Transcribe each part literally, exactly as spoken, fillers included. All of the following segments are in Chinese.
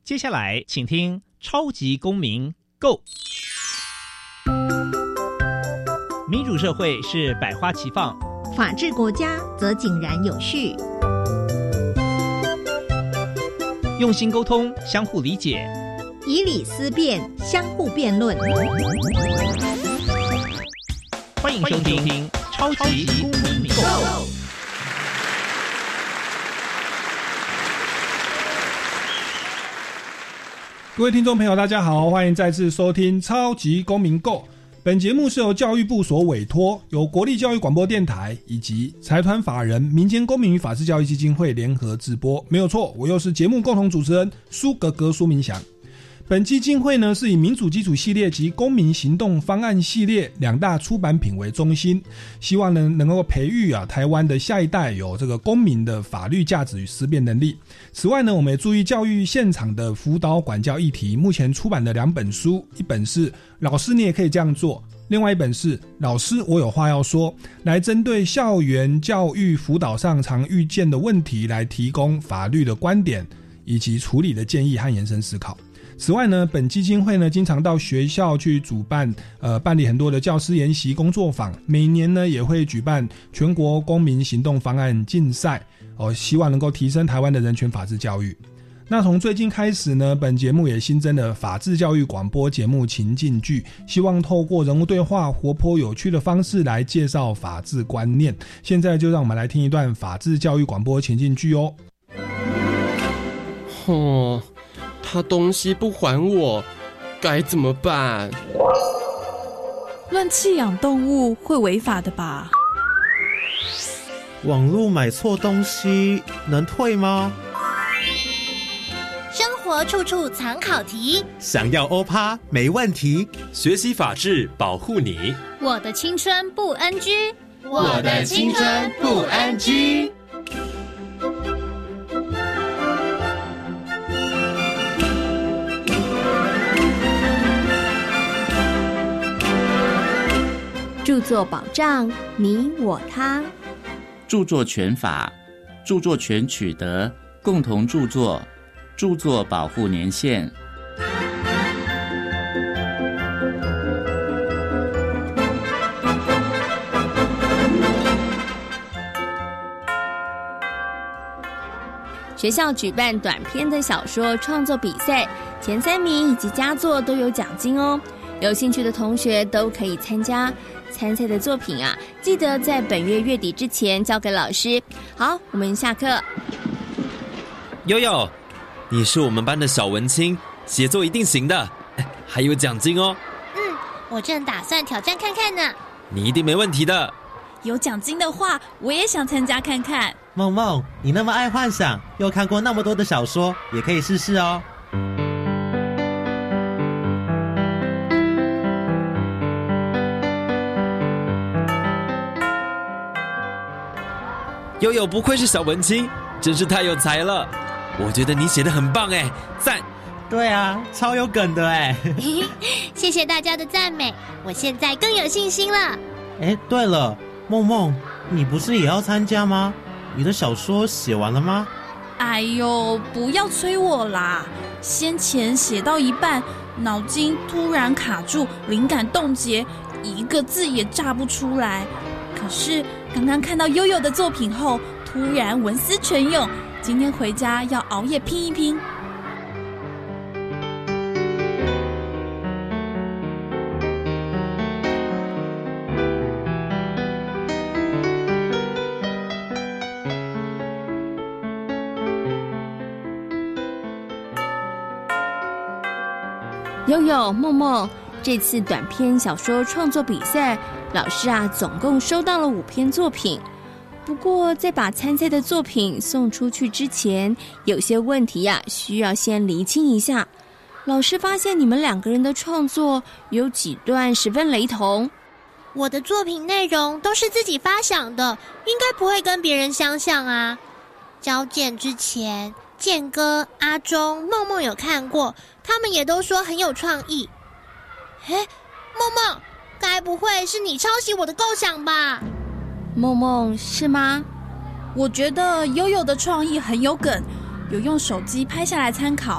接下来请听超级公民 Go。 民主社会是百花齐放， 法治国家则井然有序。 用心沟通，相互理解， 以理思辨，相互辩论。 欢迎收听超级公民 Go。 各位听众朋友大家好，欢迎再次收听超级公民 Go。 本节目是由教育部所委托，由国立教育广播电台以及财团法人民间公民与法治教育基金会联合制播，没有错，我又是节目共同主持人苏格格苏明祥。本基金会呢是以民主基础系列及公民行动方案系列两大出版品为中心，希望呢能够培育啊台湾的下一代有这个公民的法律价值与思辨能力。此外呢，我们也注意教育现场的辅导管教议题，目前出版的两本书，一本是老师你也可以这样做，另外一本是老师我有话要说，来针对校园教育辅导上常遇见的问题来提供法律的观点以及处理的建议和延伸思考。此外呢，本基金会呢经常到学校去主办呃办理很多的教师研习工作坊，每年呢也会举办全国公民行动方案竞赛，哦，希望能够提升台湾的人权法治教育。那从最近开始呢，本节目也新增了法治教育广播节目情境剧，希望透过人物对话活泼有趣的方式来介绍法治观念。现在就让我们来听一段法治教育广播情境剧哦。 哦，他东西不还我，该怎么办？ 乱弃养动物会违法的吧？ 网络买错东西能退吗？ 生活处处藏考题， 想要欧趴没问题。 学习法治，保护你。 我的青春不 N G， 我的青春不 N G。 著作保障你我他， 著作权法、著作权取得、共同著作、著作保护年限。 学校举办短篇的小说创作比赛，前三名以及佳作都有奖金哦。有兴趣的同学都可以参加。参赛的作品啊，记得在本月月底之前交给老师。好，我们下课。 悠悠，你是我们班的小文青，写作一定行的，还有奖金哦。 嗯，我正打算挑战看看呢。 你一定没问题的。 有奖金的话，我也想参加看看。 梦梦，你那么爱幻想，又看过那么多的小说，也可以试试哦。 悠悠不愧是小文青，真是太有才了。我觉得你写得很棒哎，赞。 对啊，超有梗的哎。 谢谢大家的赞美，我现在更有信心了。 哎，对了，梦梦，你不是也要参加吗？你的小说写完了吗？ 哎呦，不要催我啦！先前写到一半，脑筋突然卡住，灵感冻结，一个字也炸不出来。可是刚刚看到悠悠的作品后，突然文思泉涌，今天回家要熬夜拼一拼。 悠悠、梦梦，这次短篇小说创作比赛，老师啊总共收到了五篇作品。不过在把参赛的作品送出去之前，有些问题啊需要先厘清一下。老师发现你们两个人的创作有几段十分雷同。 我的作品内容都是自己发想的，应该不会跟别人相像啊。交件之前，健哥、阿忠、梦梦有看过，他们也都说很有创意。诶，梦梦，该不会是你抄袭我的构想吧？ 梦梦，是吗？ 我觉得悠悠的创意很有梗，有用手机拍下来参考，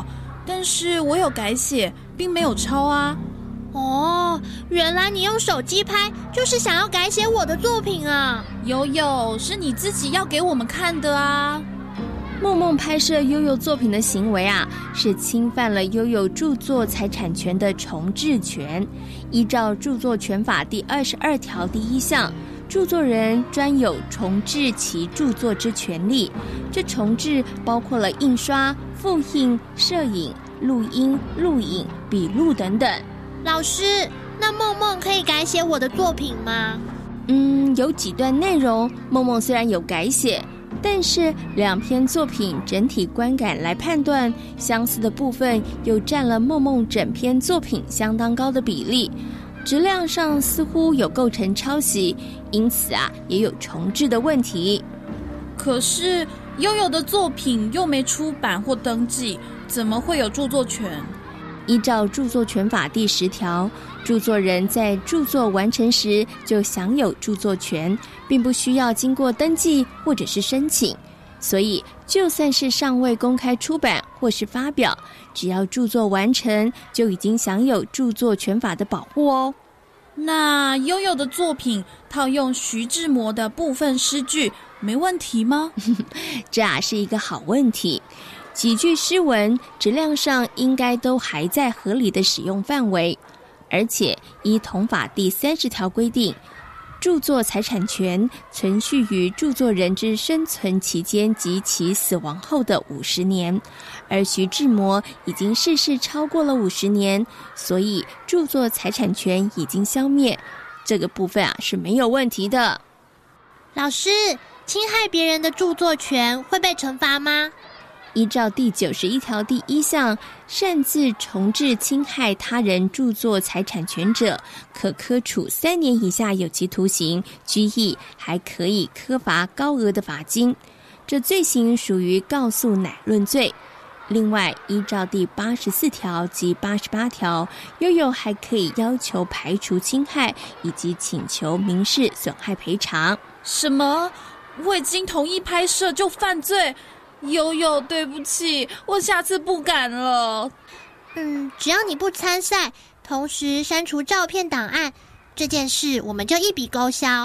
但是我有改写，并没有抄啊。 哦，原来你用手机拍，就是想要改写我的作品啊！ 悠悠，是你自己要给我们看的啊。 梦梦拍摄悠悠作品的行为啊，是侵犯了悠悠著作财产权的重置权。依照著作权法第二十二条第一项，著作人专有重置其著作之权利。这重置包括了印刷、复印、摄影、录音、录影、笔录等等。 老师，那梦梦可以改写我的作品吗？ 嗯，有几段内容梦梦虽然有改写，但是两篇作品整体观感来判断，相似的部分又占了梦梦整篇作品相当高的比例，质量上似乎有构成抄袭，因此啊也有重置的问题。 可是悠悠的作品又没出版或登记，怎么会有著作权？ 依照著作权法第十条，著作人在著作完成时就享有著作权，并不需要经过登记或者是申请。所以就算是尚未公开出版或是发表，只要著作完成，就已经享有著作权法的保护哦。 那悠悠的作品套用徐志摩的部分诗句没问题吗？ 这啊是一个好问题。几句诗文质量上应该都还在合理的使用范围，而且依同法第三十条规定，著作财产权存续于著作人之生存期间及其死亡后的五十年，而徐志摩已经逝世超过了五十年，所以著作财产权已经消灭，这个部分啊是没有问题的。 老师，侵害别人的著作权会被惩罚吗？ 依照第九十一条第一项，擅自重置侵害他人著作财产权者，可科处三年以下有期徒刑、拘役，还可以科罚高额的罚金。这罪行属于告诉乃论罪。另外，依照第八十四条及八十八条，悠悠还可以要求排除侵害，以及请求民事损害赔偿。 什么？未经同意拍摄就犯罪？悠悠，对不起，我下次不敢了。 嗯，只要你不参赛，同时删除照片档案，这件事我们就一笔勾销。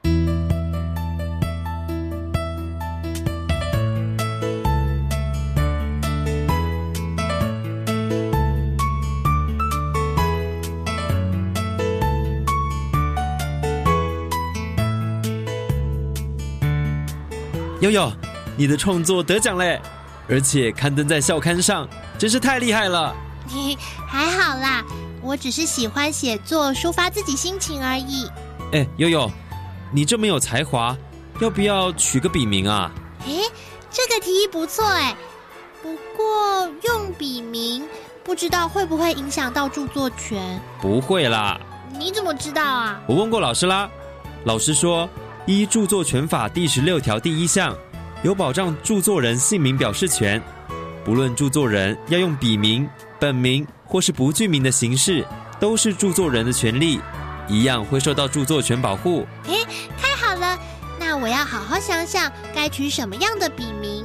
悠悠，你的创作得奖嘞，而且刊登在校刊上，真是太厉害了。 还好啦，我只是喜欢写作，抒发自己心情而已。 哎，悠悠，你这么有才华，要不要取个笔名啊？ 哎，这个提议不错哎，不过用笔名不知道会不会影响到著作权？ 不会啦。 你怎么知道啊？ 我问过老师啦，老师说依著作权法第十六条第一项，有保障著作人姓名表示权，不论著作人要用笔名、本名或是不具名的形式，都是著作人的权利，一样会受到著作权保护。 诶，太好了，那我要好好想想该取什么样的笔名。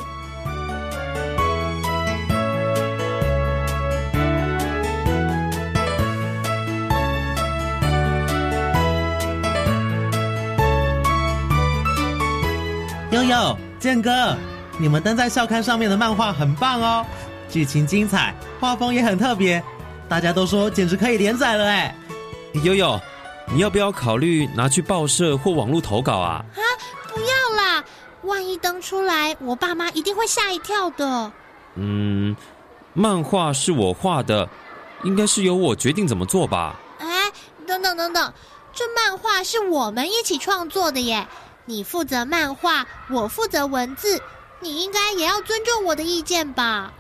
悠悠、健哥，你们登在校刊上面的漫画很棒哦，剧情精彩，画风也很特别，大家都说简直可以连载了哎。 悠悠，你要不要考虑拿去报社或网络投稿啊？ 啊，不要啦，万一登出来，我爸妈一定会吓一跳的。 嗯，漫画是我画的，应该是由我决定怎么做吧。 哎，等等等等，这漫画是我们一起创作的耶，你负责漫画，我负责文字，你应该也要尊重我的意见吧。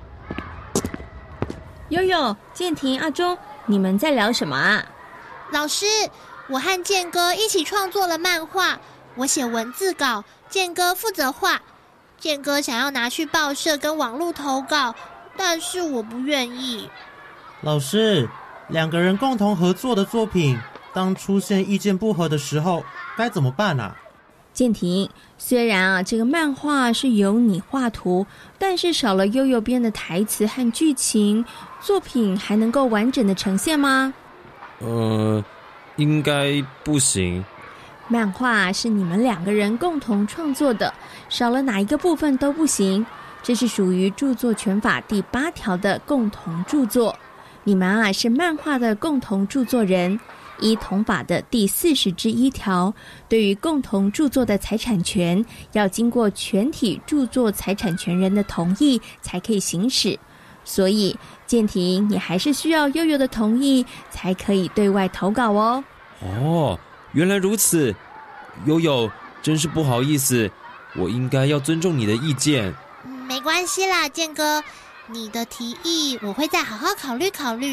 悠悠、建廷、阿忠，你们在聊什么啊？ 老师，我和建哥一起创作了漫画，我写文字稿，建哥负责画。建哥想要拿去报社跟网络投稿，但是我不愿意。 老师，两个人共同合作的作品，当出现意见不合的时候，该怎么办啊？ 建廷，虽然啊这个漫画是由你画图，但是少了悠悠编的台词和剧情，作品还能够完整的呈现吗？ 呃，应该不行。 漫画是你们两个人共同创作的，少了哪一个部分都不行，这是属于著作权法第八条的共同著作。你们啊是漫画的共同著作人，依同法的第四十之一条，对于共同著作的财产权，要经过全体著作财产权人的同意才可以行使。所以建廷，你还是需要悠悠的同意才可以对外投稿哦。 哦，原来如此，悠悠，真是不好意思，我应该要尊重你的意见。 嗯，没关系啦，建哥，你的提议我会再好好考虑考虑。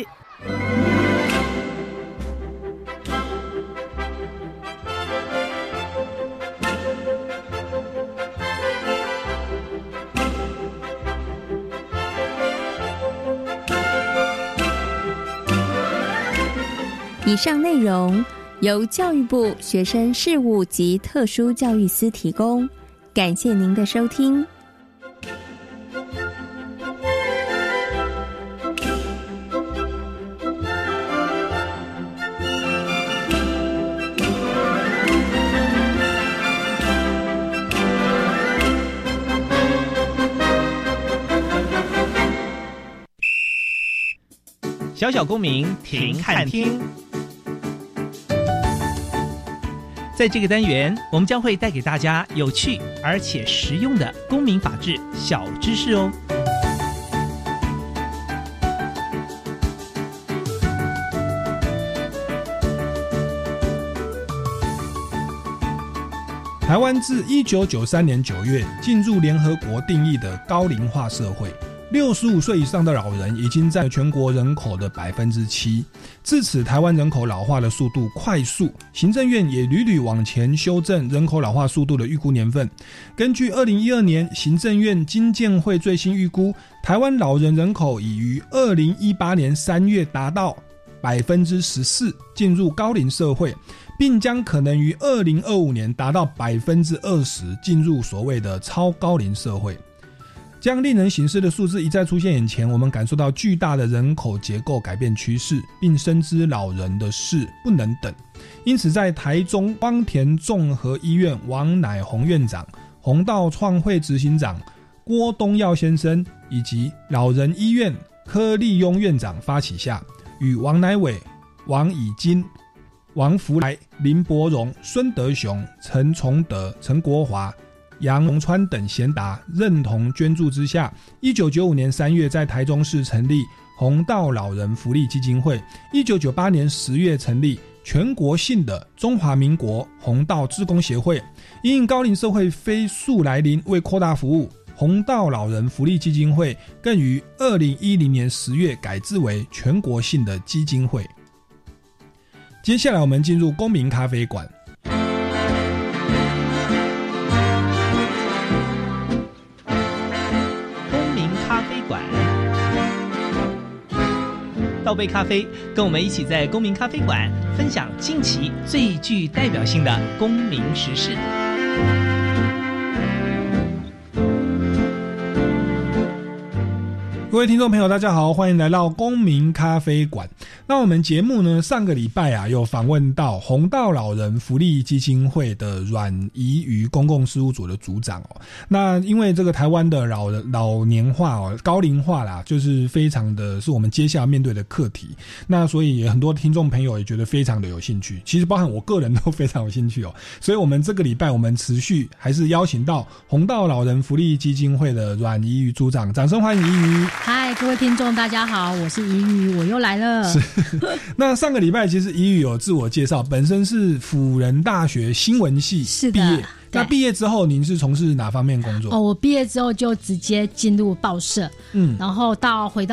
以上内容由教育部学生事务及特殊教育司提供，感谢您的收听。 小小公民停看听。在这个单元，我们将会带给大家有趣而且实用的公民法治小知识哦。 台湾自一九九三年九月进入联合国定义的高龄化社会，六十五岁以上的老人已经占全国人口的百分之七。自此，台湾人口老化的速度快速，行政院也屡屡往前修正人口老化速度的预估年份。根据二零一二年行政院经建会最新预估，台湾老人人口已于二零一八年三月达到百分之十四，进入高龄社会，并将可能于二零二五年达到百分之二十，进入所谓的超高龄社会。这样令人省思的数字一再出现眼前，我们感受到巨大的人口结构改变趋势，并深知老人的事不能等。因此，在台中荒田综合医院王乃宏院长、弘道创会执行长郭东耀先生以及老人医院柯立庸院长发起下，与王乃伟、王以金、王福来、林伯荣、孙德雄、陈崇德、陈国华、杨荣川等贤达认同捐助之下，一九九五年三月在台中市成立弘道老人福利基金会，一九九八年十月成立全国性的中华民国弘道志工协会。因应高龄社会飞速来临，为扩大服务，弘道老人福利基金会更于二零一零年十月改制为全国性的基金会。接下来我们进入公民咖啡馆。 倒杯咖啡，跟我们一起在公民咖啡馆分享近期最具代表性的公民时事。 各位听众朋友大家好，欢迎来到公民咖啡馆。那我们节目呢，上个礼拜啊有访问到弘道老人福利基金会的阮怡瑜公共事务组的组长哦。那因为这个台湾的老老年化哦，高龄化啦，就是非常的是我们接下来面对的课题。那所以也很多听众朋友也觉得非常的有兴趣，其实包含我个人都非常有兴趣哦。所以我们这个礼拜我们持续还是邀请到弘道老人福利基金会的阮怡瑜组长，掌声欢迎怡瑜。 嗨，各位听众大家好，我是怡瑜，我又来了。 是那上个礼拜其实怡瑜有自我介绍，本身是辅仁大学新闻系毕业。那毕业之后您是从事哪方面工作？ 哦，我毕业之后就直接进入报社，嗯，然后到回到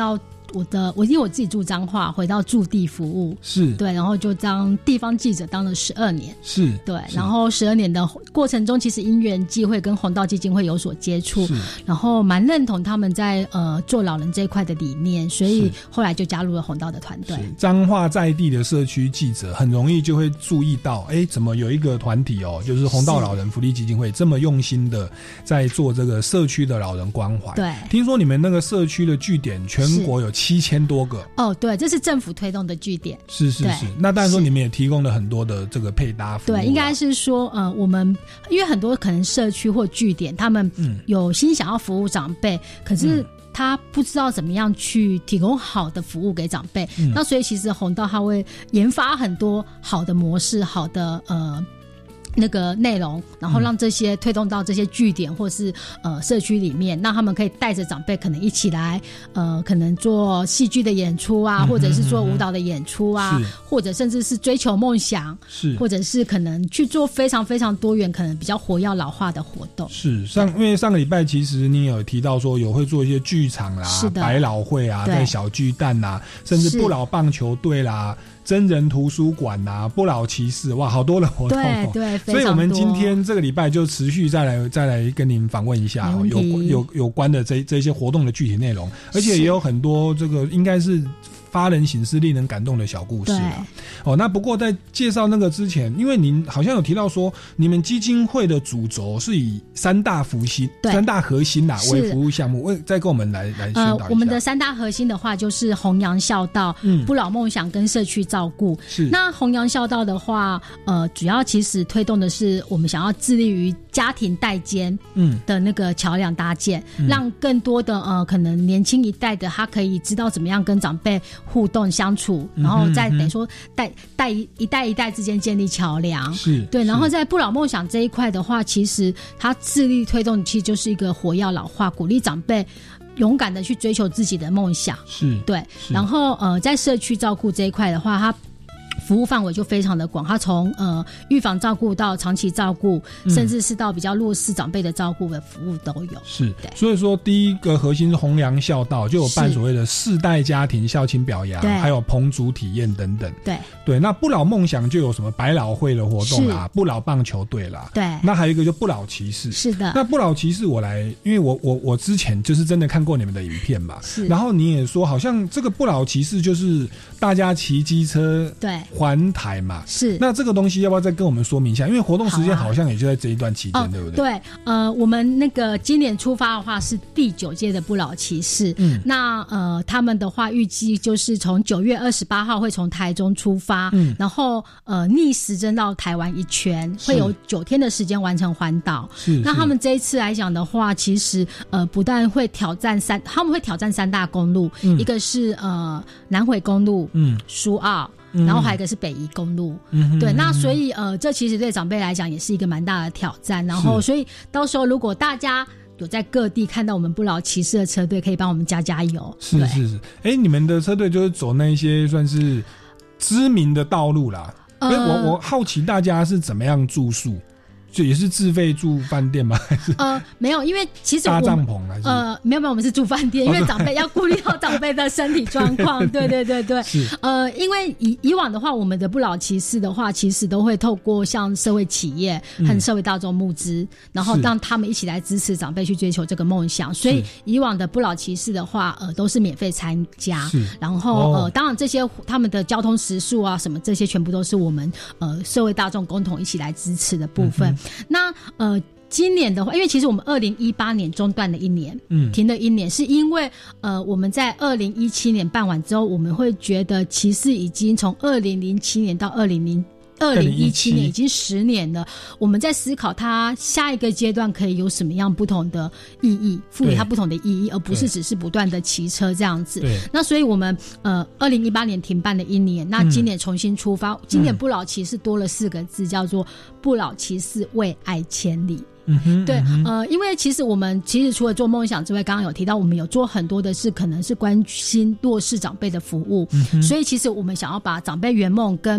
我的我因为我自己住彰化，回到驻地服务， 是对，然后就当地方记者当了十二年， 是对，然后十二年的过程中，其实因缘际会跟弘道基金会有所接触，然后蛮认同他们在呃做老人这一块的理念，所以后来就加入了弘道的团队。 彰化在地的社区记者很容易就会注意到，哎，怎么有一个团体哦，就是弘道老人福利基金会这么用心的在做这个社区的老人关怀。 对， 听说你们那个社区的据点全国有七千多个。 哦，对，这是政府推动的据点。 是是是。那当然说你们也提供了很多的这个配搭服务。 对，应该是说，呃，我们因为很多可能社区或据点，他们有心想要服务长辈，嗯、可是他不知道怎么样去提供好的服务给长辈。嗯、那所以其实弘道他会研发很多好的模式，好的呃。那个内容，然后让这些推动到这些据点或是呃社区里面，让他们可以带着长辈可能一起来呃可能做戏剧的演出啊，嗯、或者是做舞蹈的演出啊，或者甚至是追求梦想，是或者是可能去做非常非常多元可能比较活跃老化的活动。 是上因为上个礼拜其实你有提到说有会做一些剧场啦、百老汇啊、在小巨蛋啊，甚至不老棒球队啦。真人图书馆啊，不老骑士，哇，好多的活动、哦、 对对， 所以我们今天这个礼拜就持续再来再来跟您访问一下、哦、有有有关的这这些活动的具体内容，而且也有很多这个应该是发人省思、令人感动的小故事啊。哦，那不过在介绍那个之前，因为您好像有提到说，你们基金会的主轴是以三大核心、三大核心呐为服务项目，为再跟我们来来宣导一下。 呃，我们的三大核心的话，就是弘扬孝道、嗯、不老梦想跟社区照顾。是。那弘扬孝道的话，呃，主要其实推动的是我们想要致力于家庭代间的那个桥梁搭建，嗯、让更多的呃可能年轻一代的他可以知道怎么样跟长辈互动相处，然后再等于说带带一代一代之间建立桥梁。是对，然后在不老梦想这一块的话，其实它致力推动其实就是一个活跃老化，鼓励长辈勇敢的去追求自己的梦想。是对，然后呃在社区照顾这一块的话，它服务范围就非常的广，它从呃预防照顾到长期照顾，嗯、甚至是到比较弱势长辈的照顾的服务都有。 是，所以说第一个核心是弘扬孝道，就有办所谓的世代家庭孝亲表扬，还有烹煮体验等等。对对，那不老梦想就有什么百老汇的活动啦，不老棒球队啦。对，那还有一个就不老骑士。是的，那不老骑士我来，因为我我我之前就是真的看过你们的影片嘛，是。然后你也说，好像这个不老骑士就是大家骑机车对。环台嘛，是。那这个东西要不要再跟我们说明一下？因为活动时间好像也就在这一段期间，啊、对不对？ 对，呃，我们那个今年出发的话是第九届的不老骑士，嗯，那呃，他们的话预计就是从九月二十八号会从台中出发，嗯，然后呃逆时针到台湾一圈，会有九天的时间完成环岛。是。那他们这一次来讲的话，其实呃不但会挑战三，他们会挑战三大公路，嗯、一个是呃南回公路，嗯，苏澳。然后还有一个是北宜公路，嗯、对，那所以呃，这其实对长辈来讲也是一个蛮大的挑战。然后，所以到时候如果大家有在各地看到我们不老骑士的车队，可以帮我们加加油。 是是是，哎，你们的车队就是走那一些算是知名的道路啦。呃、我我好奇大家是怎么样住宿。就也是自费住饭店吗？还是呃没有，因为其实我搭帐篷还是呃没有没有，我们是住饭店，因为长辈要顾虑到长辈的身体状况。对对对对，是呃，因为以以往的话，我们的不老骑士的话，其实都会透过像社会企业和社会大众募资，然后让他们一起来支持长辈去追求这个梦想。所以以往的不老骑士的话，呃都是免费参加，然后、哦、呃当然这些他们的交通食宿啊什么这些全部都是我们呃社会大众共同一起来支持的部分。嗯那呃，今年的话，因为其实我们二零一八年中断了一年，嗯，停了一年，是因为呃，我们在二零一七年办完之后，我们会觉得骑士已经从二零零七年到二零零。二零一七年已经十年了，我们在思考它下一个阶段可以有什么样不同的意义，赋予它不同的意义，而不是只是不断的骑车这样子。那所以我们呃，二零一八年停办了一年，那今年重新出发，嗯、今年不老骑士多了四个字，叫做不老骑士为爱千里。嗯哼，对，呃，因为其实我们其实除了做梦想之外，刚刚有提到我们有做很多的是可能是关心弱势长辈的服务，嗯、所以其实我们想要把长辈圆梦跟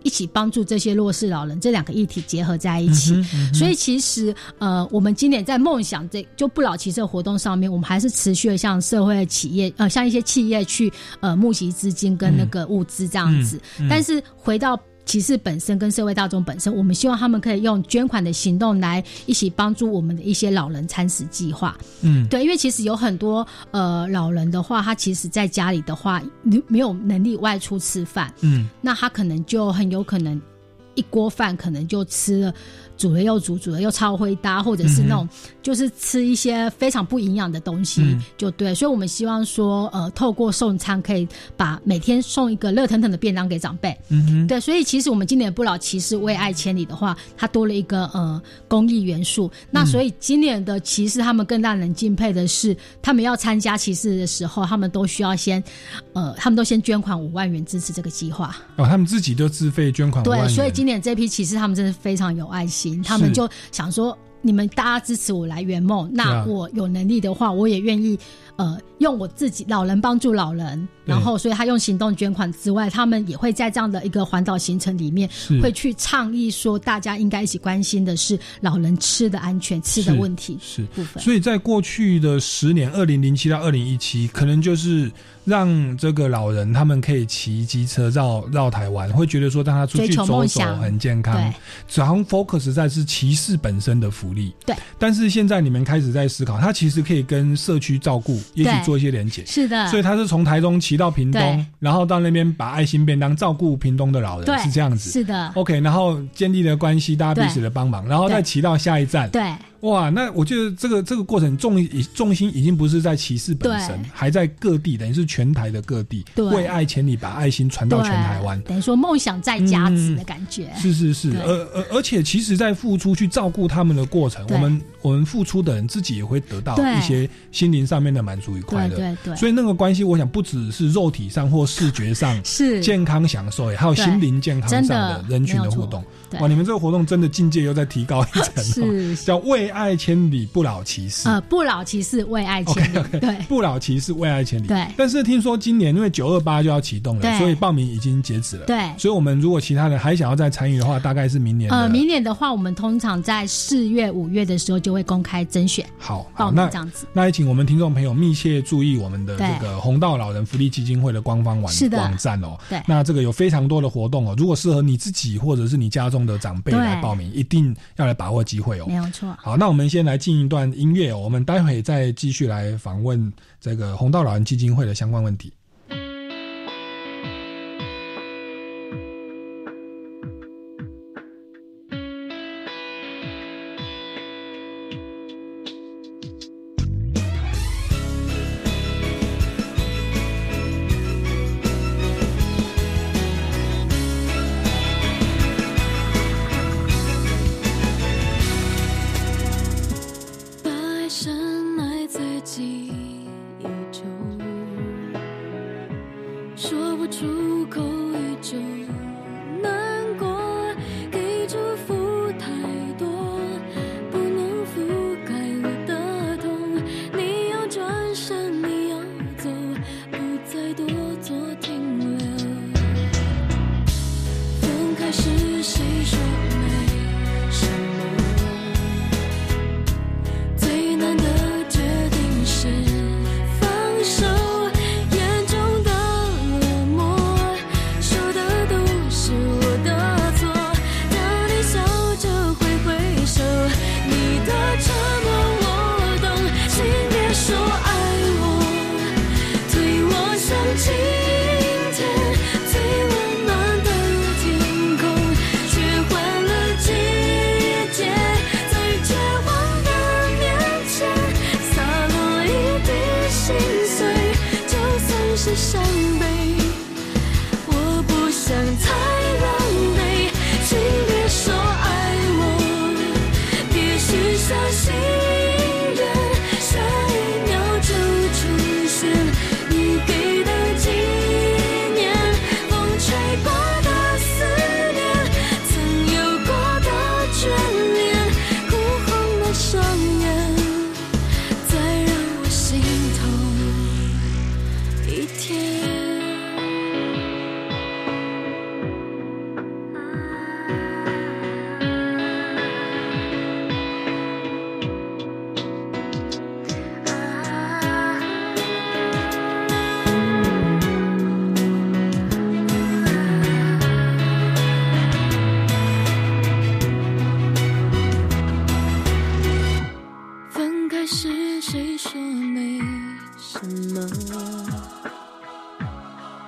一起帮助这些弱势老人，这两个议题结合在一起。嗯嗯、所以其实呃，我们今年在梦想这就不老骑士活动上面，我们还是持续的向社会企业呃，向一些企业去呃募集资金跟那个物资这样子。嗯嗯嗯、但是回到骑士本身跟社会大众本身，我们希望他们可以用捐款的行动来一起帮助我们的一些老人餐食计划。嗯，对，因为其实有很多呃老人的话，他其实在家里的话没有能力外出吃饭，嗯，那他可能就很有可能一锅饭可能就吃了。煮了又煮，煮了又超灰搭，或者是那种、嗯、就是吃一些非常不营养的东西，嗯、就对。所以我们希望说，呃，透过送餐可以把每天送一个热腾腾的便当给长辈。嗯哼，对。所以其实我们今年的不老骑士为爱千里的话，它多了一个呃公益元素。那所以今年的骑士他们更让人敬佩的是，他们要参加骑士的时候，他们都需要先呃，他们都先捐款五万元支持这个计划。 哦，他们自己就自费捐款五万元。 对，所以今年这批骑士他们真的非常有爱心。他们就想说，你们大家支持我来圆梦，那我有能力的话，我也愿意呃用我自己老人帮助老人，然后所以他用行动捐款之外，他们也会在这样的一个环岛行程里面会去倡议说，大家应该一起关心的是老人吃的安全、吃的问题是部分。 所以在过去的十年，二零零七到二零一七，可能就是让这个老人他们可以骑机车绕绕台湾，会觉得说让他出去走走很健康，好像 focus 在是骑士本身的福利。 对， 但是现在你们开始在思考，他其实可以跟社区照顾也许做一些连结。 是的， 所以他是从台中骑到屏东，然后到那边把爱心便当照顾屏东的老人，是这样子。 是的 ，OK， 然后建立了关系，大家彼此的帮忙，然后再骑到下一站。 对。 哇，那我觉得这个这个过程重重心已经不是在骑士本身，还在各地，等于是全台的各地，为爱千里，把爱心传到全台湾， 等于说梦想在加值的感觉。 嗯、是是是，而而而且其实，在付出去照顾他们的过程，我们我们付出的人自己也会得到一些心灵上面的满足与快乐。 对对对， 所以那个关系，我想不只是肉体上或视觉上是健康享受，还有心灵健康上的人群的互动。哇，你们这个活动真的境界又再提高一层、哦，是叫为爱千里不老骑士。 呃，不老骑士为爱千里， okay, okay, 对， 不老骑士为爱千里。 对， 但是听说今年因为九二八就要启动了，所以报名已经截止了。 对， 所以我们如果其他人还想要再参与的话，大概是明年的。 呃，明年的话，我们通常在四月、五月的时候就会公开甄选。 好， 报名这样子。 那也请我们听众朋友密切注意我们的这个弘道老人福利基金会的官方网网站哦。 对， 那这个有非常多的活动哦，如果适合你自己或者是你家中的长辈来报名，一定要来把握机会哦。 没有错。 好，那我们先来进一段音乐哦，我们待会再继续来访问这个弘道老人基金会的相关问题。 一天。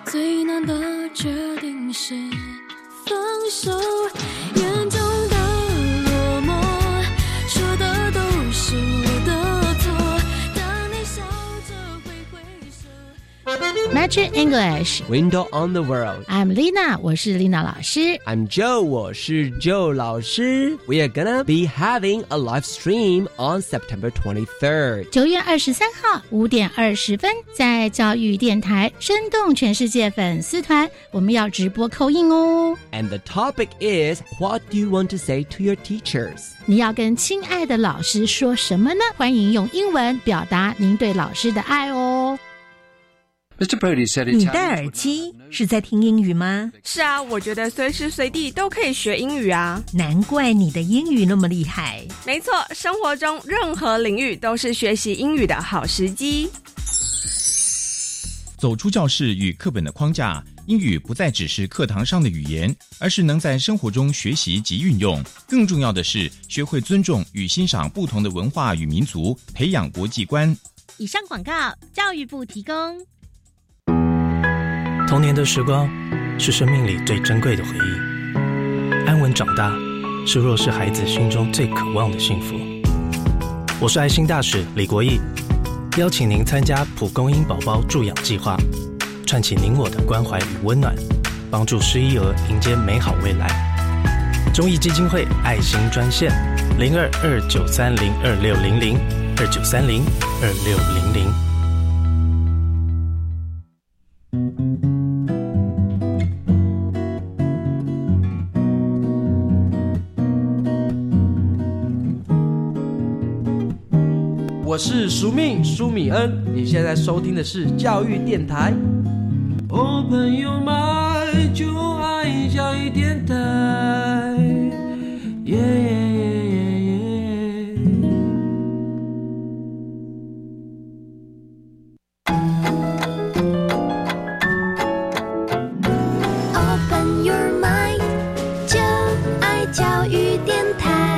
最难的决定是放手，眼中的落寞，说的都是我的错，当你笑着挥挥手。 Magic English Window on the World I'm Lina 我是 Lina 老师 I'm Joe 我是 Joe 老师 We are gonna be having a live stream on September twenty-third 九月二十三号五点二十分在教育电台生动全世界粉丝团我们要直播口音哦 And the topic is What do you want to say to your teachers 你要跟亲爱的老师说什么呢？欢迎用英文表达您对老师的爱哦你戴耳机是在听英语吗？ 是啊，我觉得随时随地都可以学英语啊。 难怪你的英语那么厉害。 没错，生活中任何领域都是学习英语的好时机。 走出教室与课本的框架，英语不再只是课堂上的语言，而是能在生活中学习及运用。更重要的是，学会尊重与欣赏不同的文化与民族，培养国际观。 以上广告，教育部提供。 童年的时光是生命里最珍贵的回忆，安稳长大是弱势孩子心中最渴望的幸福。我是爱心大使李国义，邀请您参加蒲公英宝宝助养计划，串起您我的关怀与温暖，帮助失依儿迎接美好未来。中义基金会爱心专线零二二九三零二六零零二九三零二六零零。 我是苏命苏米恩，你现在收听的是教育电台。Open your mind， 就爱教育电台。Yeah, yeah, yeah, yeah. Open your mind， 就爱教育电台。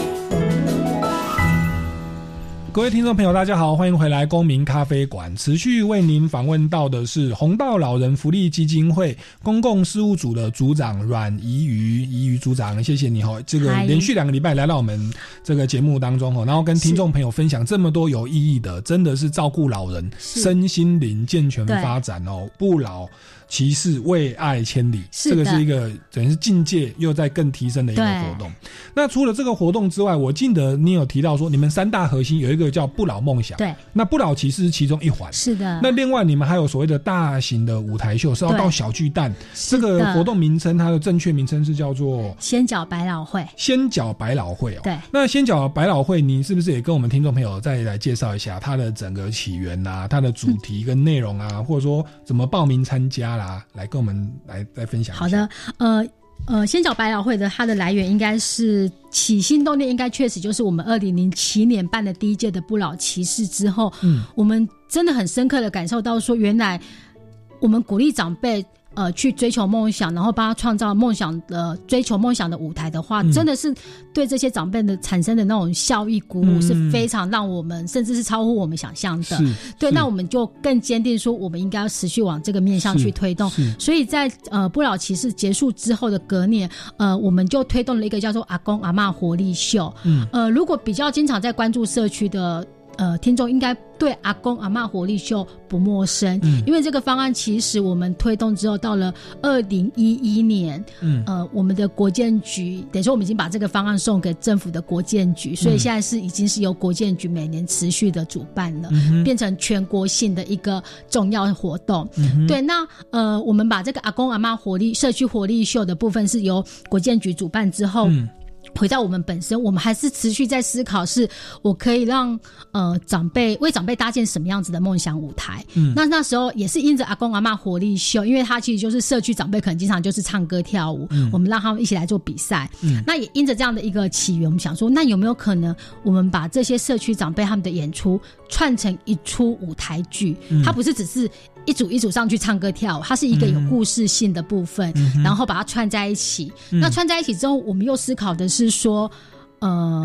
各位听众朋友大家好，欢迎回来公民咖啡馆，持续为您访问到的是弘道老人福利基金会公共事务组的组长阮怡瑜怡瑜组长，谢谢你哦，这个连续两个礼拜来到我们这个节目当中哦，然后跟听众朋友分享这么多有意义的，真的是照顾老人身心灵健全发展哦，不老其事为爱千里，这个是一个等于是境界又在更提升的一个活动。那除了这个活动之外，我记得你有提到说你们三大核心有一个叫不老梦想， 对， 那不老其实是其中一环， 是的。 那另外你们还有所谓的大型的舞台秀，是要到小巨蛋，这个活动名称它的正确名称是叫做仙角百老汇。 仙角百老汇哦， 对。 那仙角百老汇，你是不是也跟我们听众朋友再来介绍一下它的整个起源啊，它的主题跟内容啊，嗯、或者说怎么报名参加啦，来跟我们来再分享一下。 好的，呃。呃，仙角百老汇的它的来源应该是起心动念，应该确实就是我们二零零七年办的第一届的不老骑士之后，嗯，我们真的很深刻的感受到说，原来我们鼓励长辈呃去追求梦想，然后帮他创造梦想的追求梦想的舞台的话，嗯、真的是对这些长辈的产生的那种效益鼓舞、嗯、是非常让我们甚至是超乎我们想象的。对，那我们就更坚定说，我们应该要持续往这个面向去推动。所以在呃不老骑士结束之后的隔年，呃，我们就推动了一个叫做阿公阿嬷活力秀。嗯，呃，如果比较经常在关注社区的。呃，听众应该对阿公阿嬷活力秀不陌生，嗯，因为这个方案其实我们推动之后，到了二零一一年，嗯，呃，我们的国建局等于说我们已经把这个方案送给政府的国建局，所以现在是已经是由国建局每年持续的主办了，嗯、变成全国性的一个重要活动。嗯、对，那呃，我们把这个阿公阿嬷活力社区活力秀的部分是由国建局主办之后。嗯，回到我们本身，我们还是持续在思考，是我可以让呃长辈为长辈搭建什么样子的梦想舞台。嗯，那那时候也是因着阿公阿嬷活力秀，因为他其实就是社区长辈可能经常就是唱歌跳舞，嗯、我们让他们一起来做比赛。嗯，那也因着这样的一个起源，我们想说，那有没有可能我们把这些社区长辈他们的演出串成一出舞台剧？嗯、它不是只是一组一组上去唱歌跳舞，它是一个有故事性的部分，嗯、然后把它串在一起。嗯、那串在一起之后，我们又思考的是说，呃，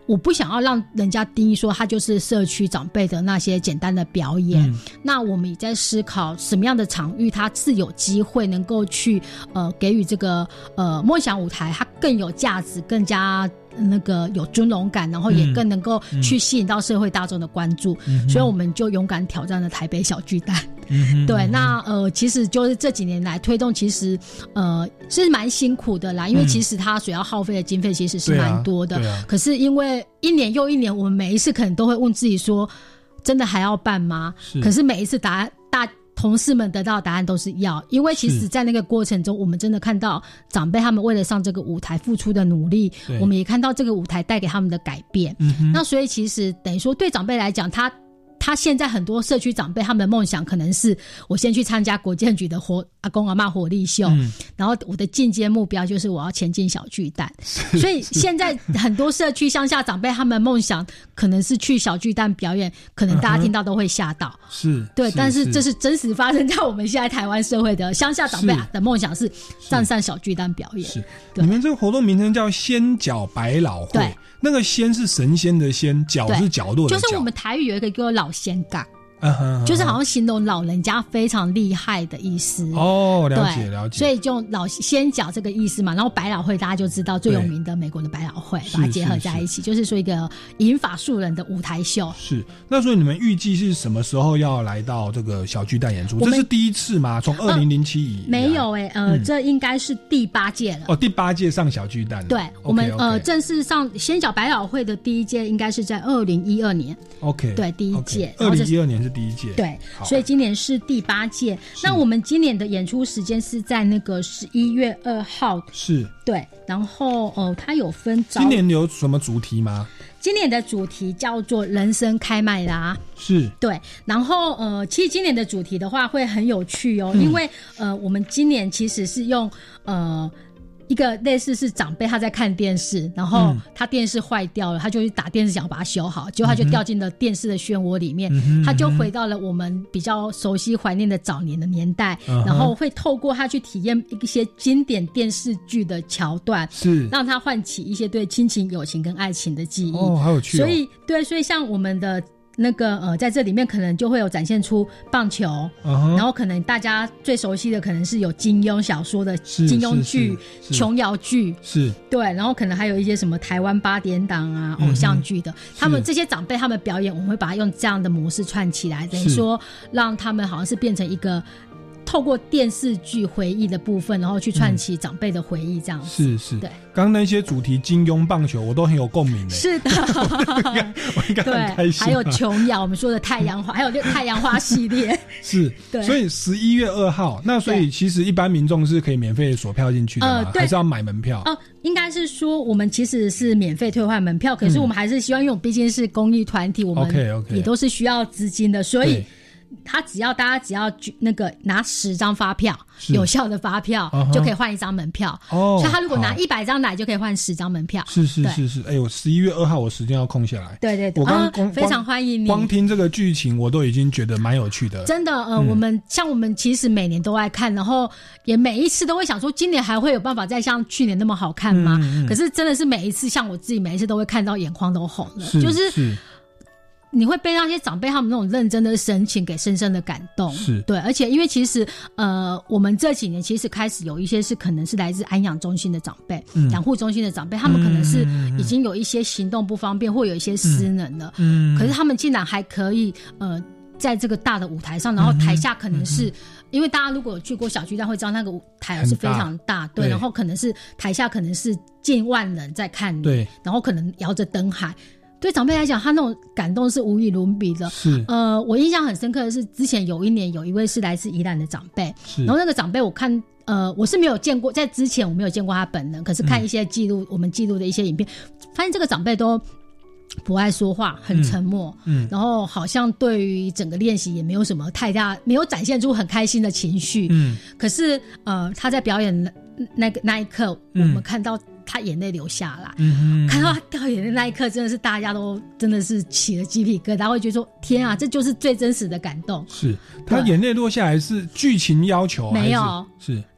我不想要让人家定义说它就是社区长辈的那些简单的表演、嗯、那我们也在思考什么样的场域它是有机会能够去呃给予这个呃梦想舞台它更有价值，更加那个有尊荣感，然后也更能够去吸引到社会大众的关注、嗯、所以我们就勇敢挑战了台北小巨蛋、嗯、对，那呃其实就是这几年来推动其实呃是蛮辛苦的啦，因为其实它所要耗费的经费其实是蛮多的、啊啊、可是因为一年又一年我们每一次可能都会问自己说真的还要办吗？是，可是每一次答案大同事们得到的答案都是要，因为其实在那个过程中我们真的看到长辈他们为了上这个舞台付出的努力，我们也看到这个舞台带给他们的改变、嗯、那所以其实等于说对长辈来讲，他他现在很多社区长辈他们的梦想可能是我先去参加国建局的活阿公阿嬷活力秀、嗯、然后我的进阶目标就是我要前进小巨蛋，所以现在很多社区乡下长辈他们的梦想可能是去小巨蛋表演，可能大家听到都会吓到、嗯、是对，但是这是真实发生在我们现在台湾社会的乡下长辈的梦想是站上小巨蛋表演。是， 你们这个活动名称叫仙角百老汇，对，那个仙是神仙的仙，角是角落的角， 就是我们台语有一个叫老仙港，Uh huh, 就是好像形容老人家非常厉害的意思哦，了解了解， 所以就老仙角这个意思嘛，然后百老汇大家就知道最有名的美国的百老汇，把它结合在一起，就是说一个银发素人的舞台秀。 是，那所以你们预计是什么时候要来到这个小巨蛋演出？这是第一次吗？从二零零七以、呃、 没有哎、欸，呃、嗯，这应该是第八届了。 哦，第八届上小巨蛋了。 对， okay, 我们 okay. 呃正式上仙角百老汇的第一届应该是在二零一二年。 OK， 对，第一届， 二零一二年是第一届。 对。所以今年是第八届，那我们今年的演出时间是在那个十一月二号， 是， 对，然后呃，它有分早， 今年有什么主题吗？ 今年的主题叫做人生开麦拉， 是， 对，然后呃，其实今年的主题的话会很有趣哦，嗯、因为呃，我们今年其实是用呃。一个类似是长辈他在看电视，然后他电视坏掉了，他就去打电视想要把它修好，结果他就掉进了电视的漩涡里面、嗯、他就回到了我们比较熟悉怀念的早年的年代、嗯、然后会透过他去体验一些经典电视剧的桥段，是让他唤起一些对亲情友情跟爱情的记忆。 哦，好有趣哦。 所以对，所以像我们的那个呃，在这里面可能就会有展现出棒球， uh-huh. 然后可能大家最熟悉的可能是有金庸小说的金庸剧、琼瑶剧，是对，然后可能还有一些什么台湾八点档啊、嗯、偶像剧的，他们这些长辈他们表演，我们会把它用这样的模式串起来，等于说让他们好像是变成一个。透过电视剧回忆的部分，然后去串起长辈的回忆，这样子、 嗯、是是。 对， 刚刚那些主题金庸、棒球，我都很有共鸣的。 是的， 我应该很开心、啊。 还有琼瑶，我们说的太阳花，还有太阳花系列。 是，对。所以十一月二号，那所以其实一般民众是可以免费锁票进去的吗？呃、还是要买门票？ 哦、呃，应该是说我们其实是免费退换门票，可是我们还是希望，因为我们毕竟是公益团体，我们也都是需要资金的，所以。他只要大家只要那个拿十张发票，有效的发票、uh-huh. 就可以换一张门票。哦，所以他如果拿一百张来，就可以换十张门票。 是是是是，哎、欸，我十一月二号我时间要空下来。 对对对， 我刚刚、 啊、非常欢迎你。 光听这个剧情，我都已经觉得蛮有趣的。 真的，呃，嗯、我们像我们其实每年都爱看，然后也每一次都会想说，今年还会有办法再像去年那么好看吗？嗯嗯、可是真的是每一次，像我自己每一次都会看到眼眶都红了，是就是。是你会被那些长辈他们那种认真的神情给深深的感动，是对，而且因为其实呃，我们这几年其实开始有一些是可能是来自安养中心的长辈、嗯、养护中心的长辈，他们可能是已经有一些行动不方便，或有一些失能了，嗯，可是他们竟然还可以呃，在这个大的舞台上，然后台下可能是、嗯、因为大家如果有去过小巨蛋会知道那个舞台是非常大，对，然后可能是台下可能是近万人在看你，对，然后可能摇着灯海。对长辈来讲，他那种感动是无与伦比的。是，呃，我印象很深刻的是，之前有一年有一位是来自宜兰的长辈，然后那个长辈我看，呃，我是没有见过，在之前我没有见过他本人，可是看一些记录、嗯，我们记录的一些影片，发现这个长辈都不爱说话，很沉默，嗯，嗯然后好像对于整个练习也没有什么太大，没有展现出很开心的情绪，嗯，可是呃，他在表演那个那一刻，我们看到。他眼泪流下来、嗯、看到他掉眼泪那一刻真的是大家都真的是起了鸡皮疙瘩，会觉得说天啊，这就是最真实的感动。 是他眼泪落下来是剧情要求还是？ 没有， 是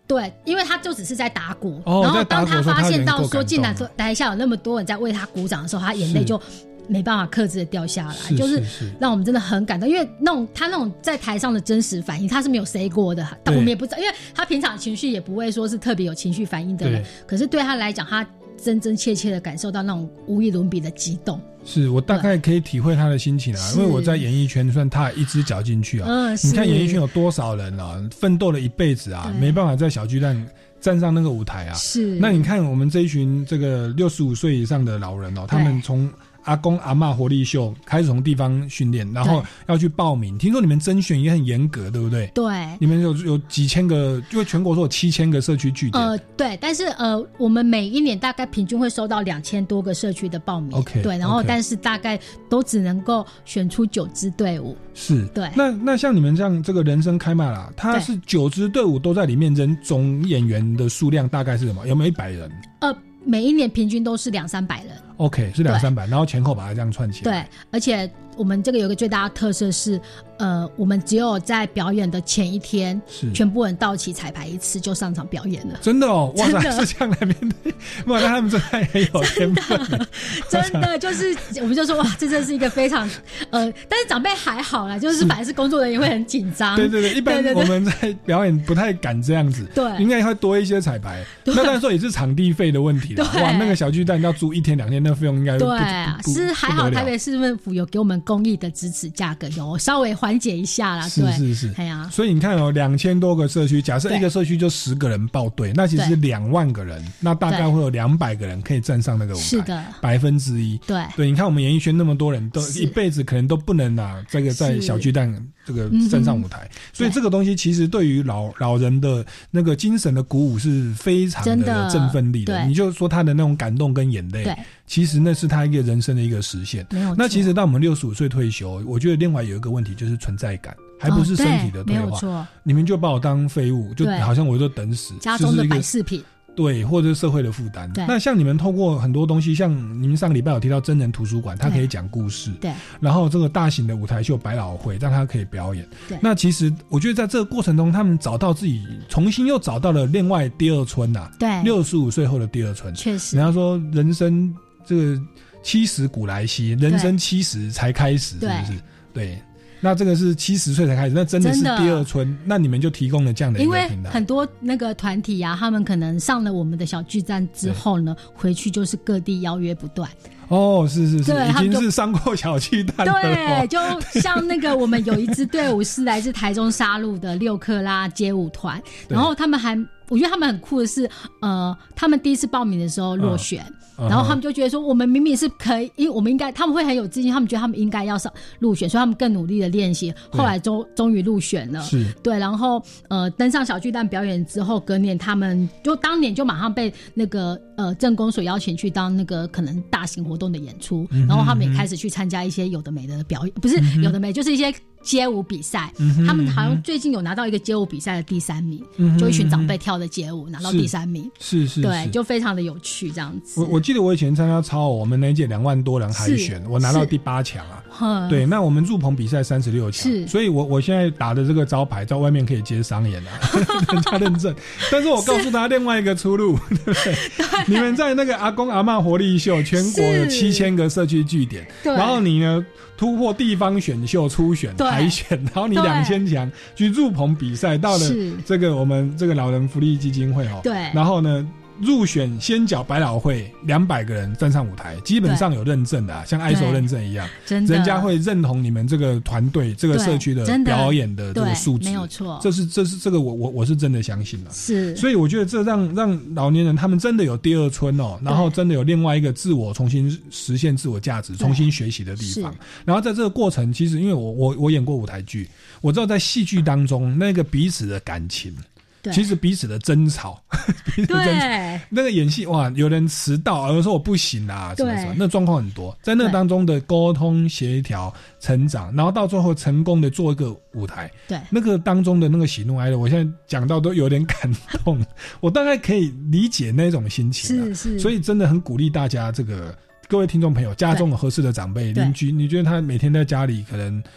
对，因为他就只是在打鼓， 哦、 然后当他发现到说竟然说台下有那么多人在为他鼓掌的时候，他眼泪就没办法克制的掉下来， 是就是让我们真的很感动，因为那种他那种在台上的真实反应，他是没有 say 过的，但我们也不知道，因为他平常情绪也不会说是特别有情绪反应的人，可是对他来讲，他真真切切的感受到那种无与伦比的激动。 是我大概可以体会他的心情啊，因为我在演艺圈算踏一只脚进去啊。嗯，你看演艺圈有多少人啊，奋斗了一辈子啊，没办法在小巨蛋站上那个舞台啊。是，那你看我们这一群这个六十五岁以上的老人哦，他们从阿公阿嬷活力秀开始从地方训练，然后要去报名。听说你们甄选也很严格，对不对？对，你们有有几千个，因为全国说有七千个社区据点。呃， 对，但是呃，我们每一年大概平均会收到两千多个社区的报名。OK， 对，然后但是大概都只能够选出九支队伍。 是，对。那那像你们这样这个人生开麦啦，它是九支队伍都在里面，人总演员的数量大概是什么？有没有一百人？ 呃。每一年平均都是两三百人 ，OK， 是两三百，然后前后把它这样串起来。对，而且我们这个有一个最大的特色是，呃，我们只有在表演的前一天，是全部人到齐彩排一次就上场表演了。 真的哦，哇塞，是这样来面对，哇，那他们真的很有天分。 真的就是，我们就说哇，这真是一个非常呃，但是长辈还好啦，就是反而是工作人员会很紧张。 对对对，一般我们在表演不太敢这样子，对，应该会多一些彩排。那当然说也是场地费的问题啦。哇，那个小巨蛋要租一天两天，那费用应该对啊，是还好台北市政府有给我们公益的支持价格，有稍微缓解一下啦。 是是是，哎呀，所以你看哦，两千多个社区，假设一个社区就十个人报队，那其实两万个人，那大概会有两百个人可以站上那个舞台，是的，百分之一。对对，你看我们演艺圈那么多人都一辈子可能都不能啊，这个在小巨蛋这个站上舞台，所以这个东西其实对于老老人的那个精神的鼓舞是非常的有振奋力的。你就说他的那种感动跟眼泪，其实那是他一个人生的一个实现。那其实到我们六十五岁退休，我觉得另外有一个问题就是存在感，还不是身体的退化。哦、你们就把我当废物，就好像我就等死， 家中的摆饰品。 对，或者是社会的负担。那像你们透过很多东西，像你们上个礼拜有提到真人图书馆，它可以讲故事。对。然后这个大型的舞台秀百老汇，让它可以表演。对。那其实我觉得在这个过程中，他们找到自己，重新又找到了另外第二春呐、啊。对。六十五岁后的第二春。确实。人家说人生这个七十古来稀，人生七十才开始，是不是？对。那这个是七十岁才开始，那真的是第二春。那你们就提供了这样的一个平台。 因为很多那个团体啊，他们可能上了我们的小巨蛋之后呢，回去就是各地邀约不断。 哦，是是是，已经是上过小巨蛋了。 对，就像那个我们有一支队伍是来自台中沙鹿的六克拉街舞团，然后他们还。我觉得他们很酷的是，呃，他们第一次报名的时候落选，嗯、然后他们就觉得说，我们明明是可以，因为我们应该，他们会很有自信，他们觉得他们应该要上入选，所以他们更努力的练习，后来终终于入选了，是对，然后呃登上小巨蛋表演之后，隔年他们就当年就马上被那个呃政工所邀请去当那个可能大型活动的演出，嗯、然后他们也开始去参加一些有的没的表演，不是有的没，就是一些。街舞比赛、嗯，他们好像最近有拿到一个街舞比赛的第三名，嗯、就一群长辈跳的街舞拿到第三名，是 是, 是，对，就非常的有趣这样子。 我我记得我以前参加超偶，我们那一届两万多人海选，我拿到第八强啊。对，那我们入棚比赛三十六强，是，所以我我现在打的这个招牌在外面可以接商演啊，人家认证。但是我告诉他另外一个出路，对不对？对，你们在那个阿公阿嬷活力秀，全国有七千个社区据点，然后你呢突破地方选秀初选。海选，然后你两千强去入棚比赛，到了这个我们这个老人福利基金会哦，对，然后呢入选先缴百老汇两百个人站上舞台，基本上有认证的、啊，像 I S O 认证一样，真的，人家会认同你们这个团队、这个社区的表演的这个素质，没有错，这是这是这个我我我是真的相信了，是，所以我觉得这让让老年人他们真的有第二春哦，然后真的有另外一个自我重新实现自我价值、重新学习的地方，然后在这个过程，其实因为我我我演过舞台剧，我知道在戏剧当中那个彼此的感情。其实彼此的争吵，彼此的争吵，那个演戏哇，有人迟到，有人说我不行啊，什么什么，那状况很多，在那当中的沟通协调、成长，然后到最后成功的做一个舞台，对，那个当中的那个喜怒哀乐，我现在讲到都有点感动，我大概可以理解那种心情、啊，是是，所以真的很鼓励大家，这个各位听众朋友，家中有合适的长辈、邻居，你觉得他每天在家里可能。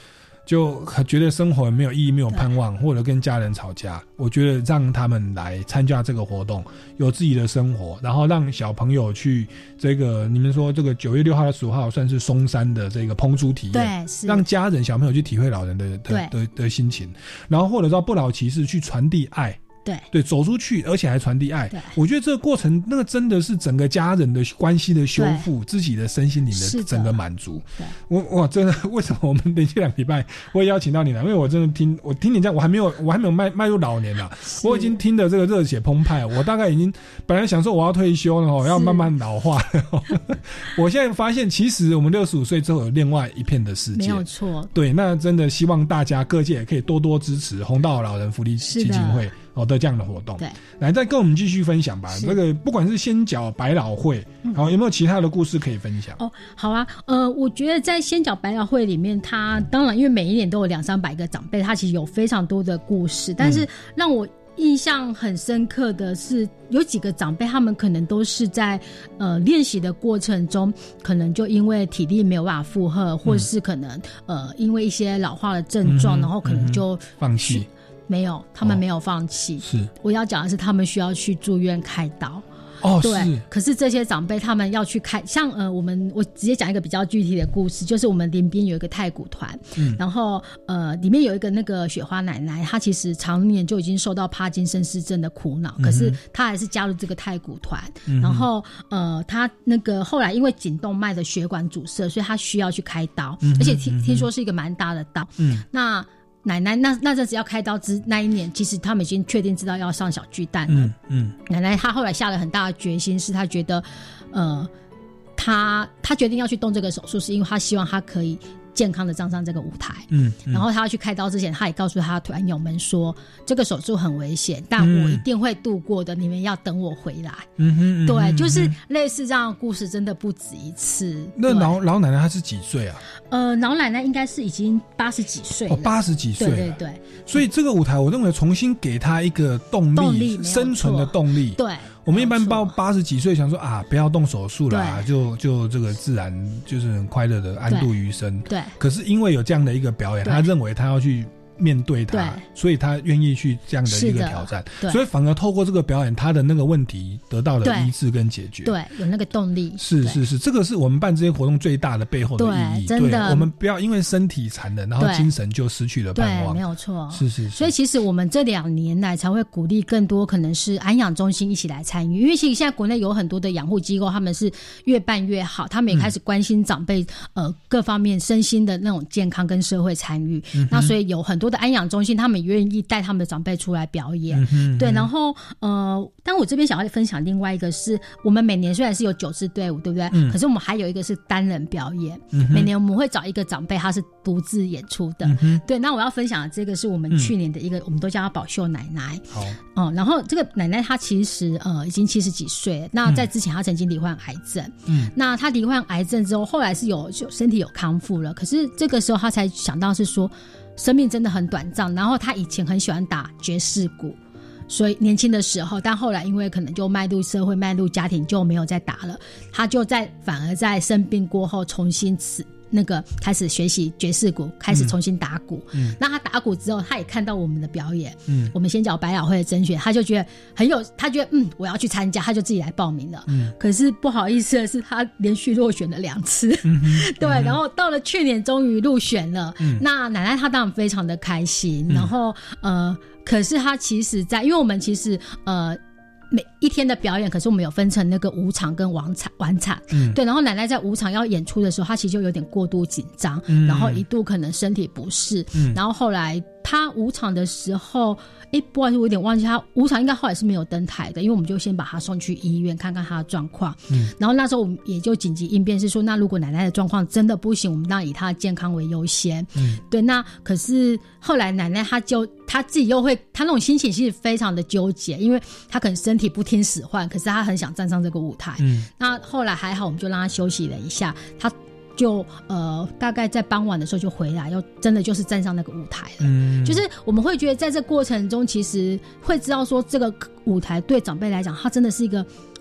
就觉得生活没有意义没有盼望，或者跟家人吵架，我觉得让他们来参加这个活动，有自己的生活，然后让小朋友去这个你们说这个九月六号到十五号算是松山的这个烹猪体验， 对，是让家人小朋友去体会老人的的 的, 的心情，然后或者到不老骑士去传递爱， 对对，走出去，而且还传递爱。我觉得这个过程，那个真的是整个家人的关系的修复，自己的身心灵的整个满足。我我真的，为什么我们连续两个礼拜我也邀请到你来？因为我真的听我听你这样，我还没有我还没有迈迈入老年啊，我已经听的这个热血澎湃，我大概已经本来想说我要退休了哦，要慢慢老化了。我现在发现，其实我们六十五岁之后有另外一片的世界， 没有错。 对，那真的希望大家各界也可以多多支持弘道老人福利基金会。哦的这样的活动， 对， 来再跟我们继续分享吧。这个不管是仙角百老汇，好、嗯、有没有其他的故事可以分享？ 哦，好啊，呃，我觉得在仙角百老汇里面，它当然因为每一年都有两三百个长辈，它其实有非常多的故事，但是让我印象很深刻的是，有几个长辈他们可能都是在呃练习的过程中，可能就因为体力没有办法负荷，或是可能、嗯、呃因为一些老化的症状、嗯，然后可能就、嗯、 放弃。 没有，他们没有放弃、哦。是，我要讲的是，他们需要去住院开刀。 哦， 对。 是。 可是这些长辈他们要去开，像呃，我们我直接讲一个比较具体的故事，就是我们林边有一个太鼓团，嗯，然后呃，里面有一个那个雪花奶奶，她其实常年就已经受到帕金森氏症的苦恼，嗯、可是她还是加入这个太鼓团、嗯，然后呃，她那个后来因为颈动脉的血管阻塞，所以她需要去开刀，嗯、而且听、嗯、听说是一个蛮大的刀，嗯，那。奶奶那那阵子要开刀之那一年，其实他们已经确定知道要上小巨蛋了。嗯嗯，奶奶她后来下了很大的决心，是她觉得，呃，她她决定要去动这个手术，是因为她希望她可以健康的站上这个舞台。嗯，嗯然后她要去开刀之前，她也告诉她团友们说，这个手术很危险，但我一定会度过的，嗯、你们要等我回来。嗯哼，对，嗯、就是类似这样的故事，真的不止一次。 那老老奶奶她是几岁啊？ 呃，老奶奶应该是已经八十几岁了， 哦，八十几岁， 对对对。 所以这个舞台，我认为重新给她一个动力， 动力生存的动力。 对， 我们一般到八十几岁想说啊，不要动手术了、啊，就就这个自然就是很快乐的安度余生。 对。 可是因为有这样的一个表演，他认为他要去面对它，所以他愿意去这样的一个挑战，所以反而透过这个表演，他的那个问题得到了医治跟解决， 对，有那个动力。 是是是，这个是我们办这些活动最大的背后的意义。 真的， 我们不要因为身体残忍，然后精神就失去了盼望。 对，没有错。 是是是。 所以其实我们这两年来才会鼓励更多可能是安养中心一起来参与，因为其实现在国内有很多的养护机构，他们是越办越好，他们也开始关心长辈、嗯、呃各方面身心的那种健康跟社会参与、嗯。那所以有很多的安养中心，他们愿意带他们的长辈出来表演，嗯、对。然后呃，但我这边想要分享另外一个是，我们每年虽然是有九支队伍，对不对？嗯、可是我们还有一个是单人表演、嗯，每年我们会找一个长辈，他是独自演出的。嗯、对，那我要分享的这个是我们去年的一个，嗯、我们都叫她宝秀奶奶。好，哦、嗯，然后这个奶奶她其实呃已经七十几岁了，那在之前她曾经罹患癌症，嗯，那她罹患癌症之后，后来是有就身体有康复了，可是这个时候她才想到是说。生命真的很短暂，然后他以前很喜欢打爵士鼓，所以年轻的时候，但后来因为可能就迈入社会、迈入家庭，就没有再打了。他就在反而在生病过后重新吃那个开始学习爵士鼓，开始重新打鼓。嗯，那他打鼓之后，他也看到我们的表演，嗯，我们仙角百老汇的甄选，他就觉得很有，他觉得嗯，我要去参加，他就自己来报名了。嗯，可是不好意思的是，他连续落选了两次。嗯、对、嗯，然后到了去年终于入选了。嗯，那奶奶她当然非常的开心，嗯、然后呃，可是她其实在，因为我们其实呃。每一天的表演，可是我们有分成那个午场跟晚场，晚场，嗯，对。然后奶奶在午场要演出的时候，她其实就有点过度紧张，嗯，然后一度可能身体不适，嗯，然后后来她午场的时候，哎，不好意思，我有点忘记，她午场应该后来是没有登台的，因为我们就先把她送去医院看看她的状况，嗯，然后那时候我们也就紧急应变，是说，那如果奶奶的状况真的不行，我们当然以她的健康为优先，嗯，对。那可是后来奶奶她就她自己又会，她那种心情其实非常的纠结，因为她可能身体不听使唤，可是她很想站上这个舞台。嗯，那后来还好，我们就让她休息了一下，她就呃大概在傍晚的时候就回来，又真的就是站上那个舞台了。嗯，就是我们会觉得在这过程中，其实会知道说这个舞台对长辈来讲，它真的是一个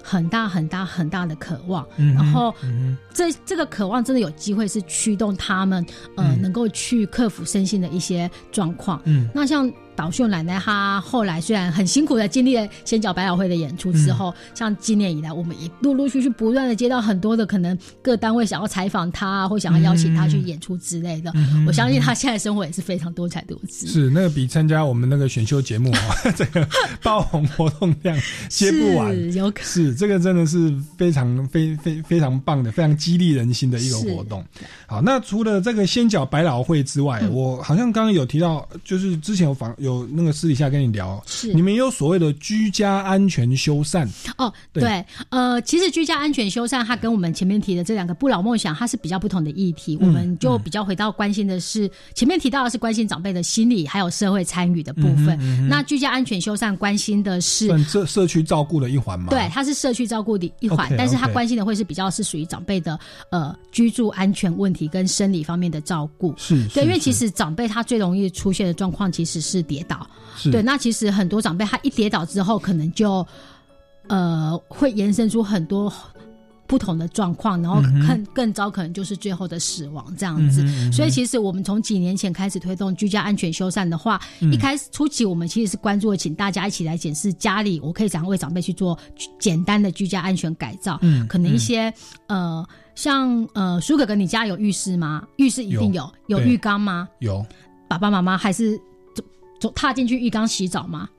很大很大很大的渴望， 嗯、 然后、 嗯、 这这个渴望真的有机会是驱动他们呃、嗯、能够去克服身心的一些状况。嗯，那像岛秀奶奶她后来虽然很辛苦的经历了仙脚百老汇的演出之后、嗯、像今年以来我们也陆陆续续不断的接到很多的可能各单位想要采访她或想要邀请她去演出之类的、嗯、我相信她现在生活也是非常多彩多姿。 是那个比参加我们那个选秀节目啊这个爆红活动量接不完， 是有可是这个真的是非常非非非常棒的非常激励人心的一个活动。好，那除了这个仙脚百老汇之外、嗯、我好像刚刚有提到就是之前有访有那个私底下跟你聊，是你们有所谓的居家安全修缮哦。 对, 对呃，其实居家安全修缮它跟我们前面提的这两个不老梦想它是比较不同的议题、嗯、我们就比较回到关心的是、嗯、前面提到的是关心长辈的心理还有社会参与的部分、嗯嗯、那居家安全修缮关心的是社社区照顾的一环吗？ 对，它是社区照顾的一环、okay, 但是它关心的会是比较是属于长辈的呃居住安全问题跟生理方面的照顾。 是， 对，因为其实长辈他最容易出现的状况其实是跌倒。对，那其实很多长辈他一跌倒之后可能就呃会延伸出很多不同的状况，然后更、嗯、更糟可能就是最后的死亡这样子、嗯嗯、所以其实我们从几年前开始推动居家安全修缮的话、嗯、一开始初期我们其实是关注请大家一起来检视家里我可以怎样为长辈去做简单的居家安全改造、嗯、可能一些、嗯、呃像呃苏哥哥你家有浴室吗？浴室一定有。有, 有浴缸吗？ 有。 爸爸妈妈还是走踏进去浴缸洗澡吗？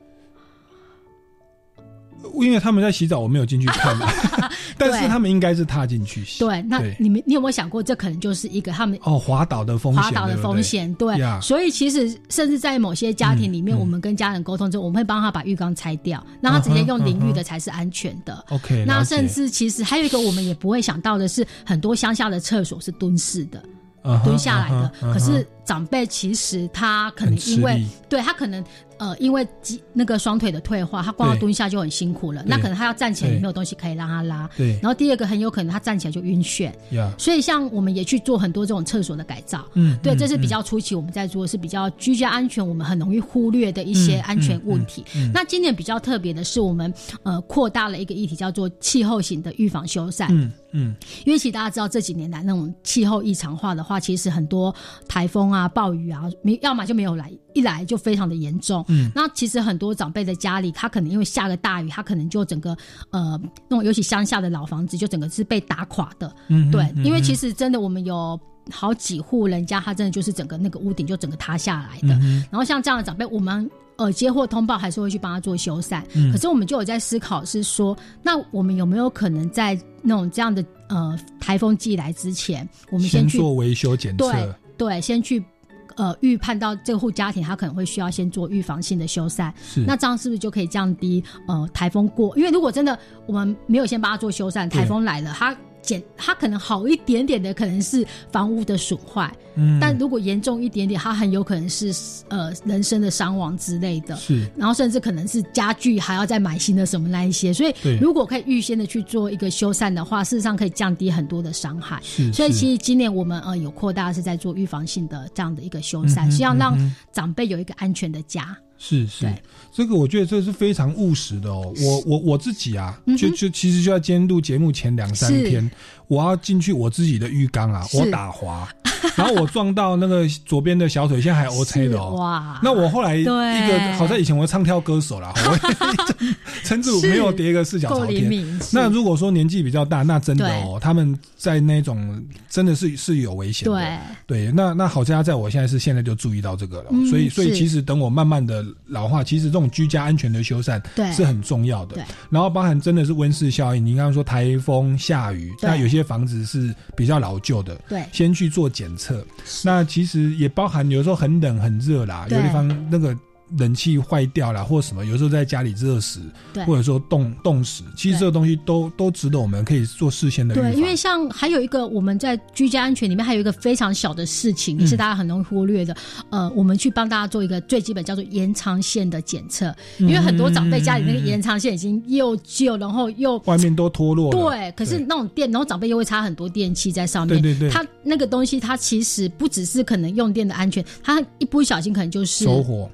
因为他们在洗澡我没有进去看但是他们应该是踏进去洗。 对，那你们你有没有想过这可能就是一个他们哦滑倒的风险， 滑倒的风险。 对, 对, 对、yeah. 所以其实甚至在某些家庭里面、嗯、我们跟家人沟通之后、嗯、我们会帮他把浴缸拆掉，让他直接用淋浴的才是安全的。 OK、uh-huh, 那甚至其实还有一个我们也不会想到的是很多乡下的厕所是蹲式的、uh-huh, 蹲下来的、uh-huh, uh-huh. 可是长辈其实他可能因为对他可能呃因为那个双腿的退化，他光要蹲下就很辛苦了，那可能他要站起来也没有东西可以让他拉。对，然后第二个很有可能他站起来就晕眩。所以像我们也去做很多这种厕所的改造。嗯，对，这是比较初期我们在做的是比较居家安全我们很容易忽略的一些安全问题。嗯嗯嗯嗯、那今年比较特别的是我们呃扩大了一个议题叫做气候型的预防修缮。嗯嗯，因为其实大家知道这几年来那种气候异常化的话，其实很多台风啊暴雨啊要么就没有来，一来就非常的严重。嗯，那其实很多长辈的家里他可能因为下个大雨他可能就整个呃那种尤其乡下的老房子就整个是被打垮的。嗯，对，嗯、因为其实真的我们有好几户人家他真的就是整个那个屋顶就整个塌下来的。嗯，然后像这样的长辈我们呃接获通报还是会去帮他做修缮。嗯，可是我们就有在思考是说那我们有没有可能在那种这样的呃台风季来之前我们先去先做维修检测。 对对，先去呃预判到这户家庭他可能会需要先做预防性的修缮。那这样是不是就可以降低呃台风过，因为如果真的我们没有先帮他做修缮，台风来了他减它可能好一点点的可能是房屋的损坏。嗯，但如果严重一点点它很有可能是呃人身的伤亡之类的。是，然后甚至可能是家具还要再买新的什么那一些，所以如果可以预先的去做一个修缮的话，事实上可以降低很多的伤害。是，所以其实今年我们呃有扩大是在做预防性的这样的一个修缮，希望让长辈有一个安全的家。 是是，这个我觉得这是非常务实的哦。我我我自己啊，就就其实就在今天录节目前两三天，我要进去我自己的浴缸啊，我打滑，然后我撞到那个左边的小腿，现在还 OK 的哦。哇！那我后来一个好在以前我唱跳歌手啦，我撑住没有跌个四脚朝天。那如果说年纪比较大，那真的哦，他们在那种真的是是有危险的。对对，那那好在在我现在是现在就注意到这个了，嗯、所以所以其实等我慢慢的老化，其实这种居家安全的修缮是很重要的。然后包含真的是温室效应，你刚刚说台风下雨，那有些房子是比较老旧的，对，先去做检测。那其实也包含有时候很冷很热啦，有地方那个冷气坏掉了或什么，有时候在家里热死，或者说冻冻死，其实这个东西都都值得我们可以做事先的预防。 对，因为像还有一个我们在居家安全里面还有一个非常小的事情，也是大家很容易忽略的。嗯、呃，我们去帮大家做一个最基本叫做延长线的检测，因为很多长辈家里那个延长线已经又旧，然后又外面都脱落了。 对，可是那种电，然后长辈又会插很多电器在上面。对对对，它那个东西它其实不只是可能用电的安全，它一不小心可能就是走火，走火。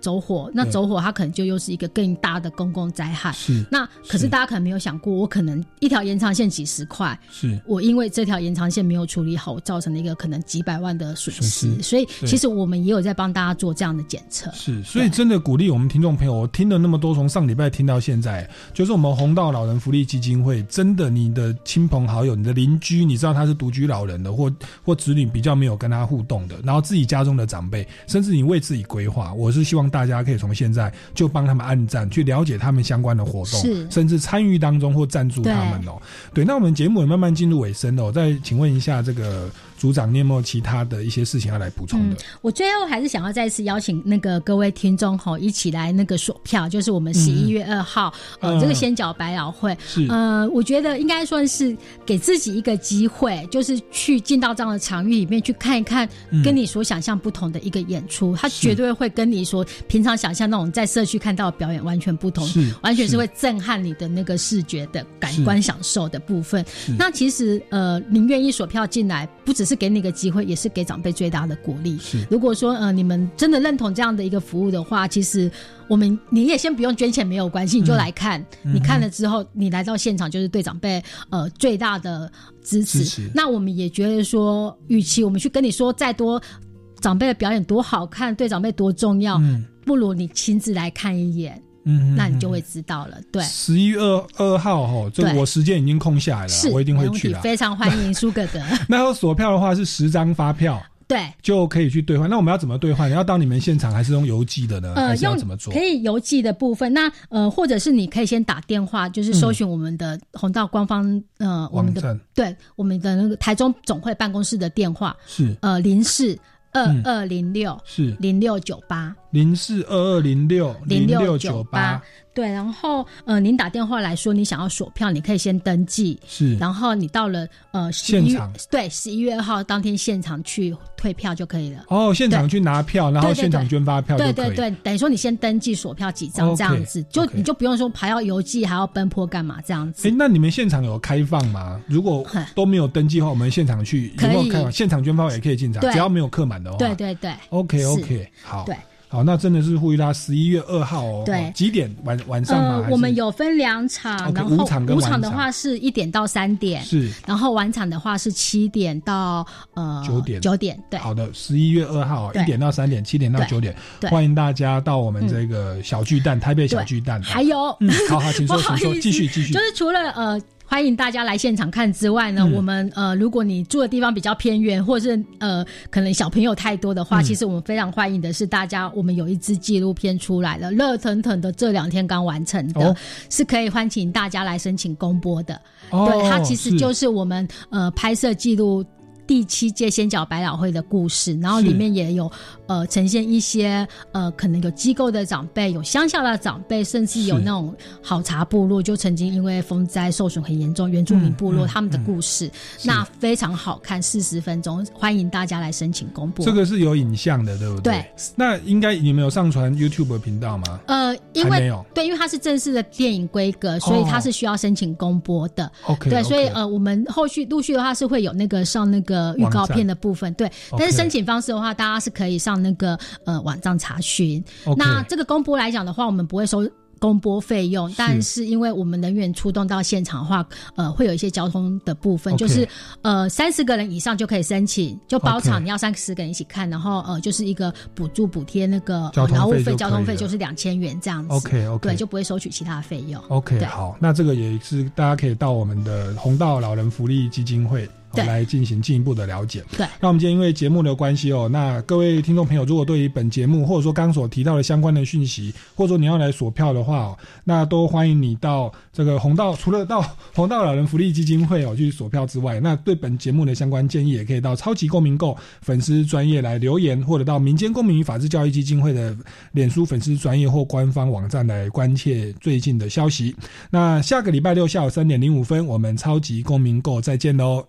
火，那走火它可能就又是一个更大的公共灾害。 是， 那可是大家可能没有想过，我可能一条延长线几十块， 是我因为这条延长线没有处理好，我造成了一个可能几百万的损失。所以其实我们也有在帮大家做这样的检测。 是，所以真的鼓励我们听众朋友，我听了那么多，从上礼拜听到现在，就是我们弘道老人福利基金会，真的你的亲朋好友、你的邻居，你知道他是独居老人的，或或子女比较没有跟他互动的，然后自己家中的长辈，甚至你为自己规划，我是希望大家可以从现在就帮他们按赞，去了解他们相关的活动，甚至参与当中或赞助他们哦。对，那我们节目也慢慢进入尾声了，我再请问一下这个组长，你有没有其他的一些事情要来补充的？嗯， 我最后还是想要再次邀请那个各位听众吼，一起来那个索票，就是我们十一月二号、嗯、呃、嗯、这个先脚百老汇，是呃，我觉得应该算是给自己一个机会，就是去进到这样的场域里面去看一看，跟你所想象不同的一个演出，它、嗯、绝对会跟你所平常想象那种在社区看到的表演完全不同，是完全是会震撼你的那个视觉的感官享受的部分。那其实呃，您愿意索票进来，不只是给你一个机会，也是给长辈最大的鼓励。是，如果说呃你们真的认同这样的一个服务的话，其实我们你也先不用捐钱没有关系，你就来看、嗯、你看了之后你来到现场就是对长辈呃最大的支持, 支持那我们也觉得说，与其我们去跟你说再多长辈的表演多好看，对长辈多重要、嗯、不如你亲自来看一眼，嗯，那你就会知道了。对， 十一月二号哈，这我时间已经空下来了，我一定会去了。 非常欢迎苏哥哥。 那要锁票的话是十张发票， 对， 就可以去兑换。那我们要怎么兑换？要到你们现场还是用邮寄的呢？呃，还是要怎么做？ 可以邮寄的部分，那呃，或者是你可以先打电话，就是搜寻我们的弘道官方、嗯、呃，我们的对我们的那个台中总会办公室的电话是呃零四二二零六是零六九八零四二二零六零六九八。 对，然后呃，您打电话来说你想要索票，你可以先登记，是，然后你到了呃现场， 对，十一月二号当天现场去退票就可以了。 哦，现场去拿票，然后现场捐发票就可以。 对对 对, 对，等于说你先登记索票几张这样子， okay, 就 okay. 你就不用说还要邮寄，还要奔波干嘛这样子。 哎，那你们现场有开放吗？如果都没有登记的话，我们现场去有没有开放？现场捐发也可以进场，只要没有客满的话。 对对对。 OK OK， 好。 对。 好，那真的是呼吁大家十一月二号哦。对，几点？晚晚上吗？ 呃，我们有分两场， okay, 然后午场跟晚场。 午场的话是一点到三点，是，然后晚场的话是七点到呃九点。 九点，对。 好的，十一月二号一点到三点，七点到九点，欢迎大家到我们这个小巨蛋，嗯、台北小巨蛋。 还有， 嗯，好好，请说，请说，继续继续。 就是除了呃。欢迎大家来现场看之外呢，嗯、我们呃，如果你住的地方比较偏远，或者是呃，可能小朋友太多的话，嗯、其实我们非常欢迎的是大家，我们有一支纪录片出来了，热腾腾的，这两天刚完成的，哦、是可以欢迎大家来申请公播的。哦、对，它其实就是我们呃拍摄记录第七届先脚百老汇的故事，然后里面也有呃呈现一些呃可能有机构的长辈，有乡下的长辈，甚至有那种好茶部落就曾经因为风灾受损很严重，原住民部落、嗯、他们的故事，嗯、那非常好看，四十分钟，欢迎大家来申请公布。 这个是有影像的，对不对？对。那应该你们有上传 YouTube 频道吗？ 呃，因为还没有，对，因为它是正式的电影规格，所以它是需要申请公播的。OK， 对， okay. 所以呃，我们后续陆续的话是会有那个上那个。预告片的部分，对，但是申请方式的话，大家是可以上那个呃网站查询。Okay. 那这个公播来讲的话，我们不会收公播费用，但是因为我们人员出动到现场的话，呃，会有一些交通的部分， okay. 就是呃三十个人以上就可以申请，就包场， okay. 你要三十个人一起看，然后呃就是一个补助补贴那个劳务费、交通费就是两千元这样子。 OK OK， 对，就不会收取其他的费用。 OK， 好，那这个也是大家可以到我们的弘道老人福利基金会。来进行进一步的了解。对，那我们今天因为节目的关系哦，那各位听众朋友，如果对于本节目或者说刚刚所提到的相关的讯息，或者说你要来索票的话哦，那都欢迎你到这个弘道，除了到弘道老人福利基金会哦去索票之外，那对本节目的相关建议也可以到超级公民购粉丝专页来留言，或者到民间公民与法治教育基金会的脸书粉丝专页或官方网站来关切最近的消息。那下个礼拜六下午三点零五分，我们超级公民购再见喽。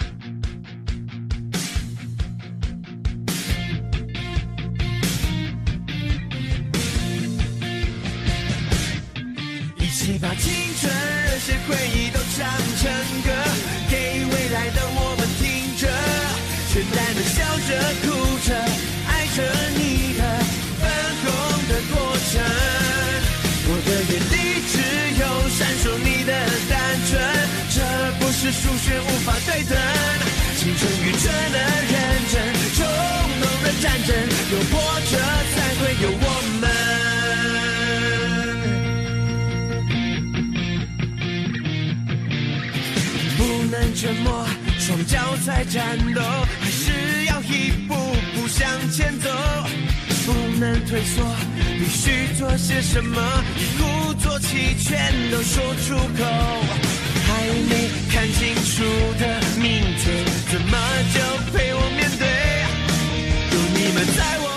一起把青春热血回忆都唱成歌，给未来的我们听着，简单的笑着哭着爱着你的粉红的过程。 有波折才会有我们。不能沉默，双脚在战斗，还是要一步步向前走。不能退缩，必须做些什么，一鼓作气全都说出口。还没看清楚的明天，怎么就陪我面对？有你们在我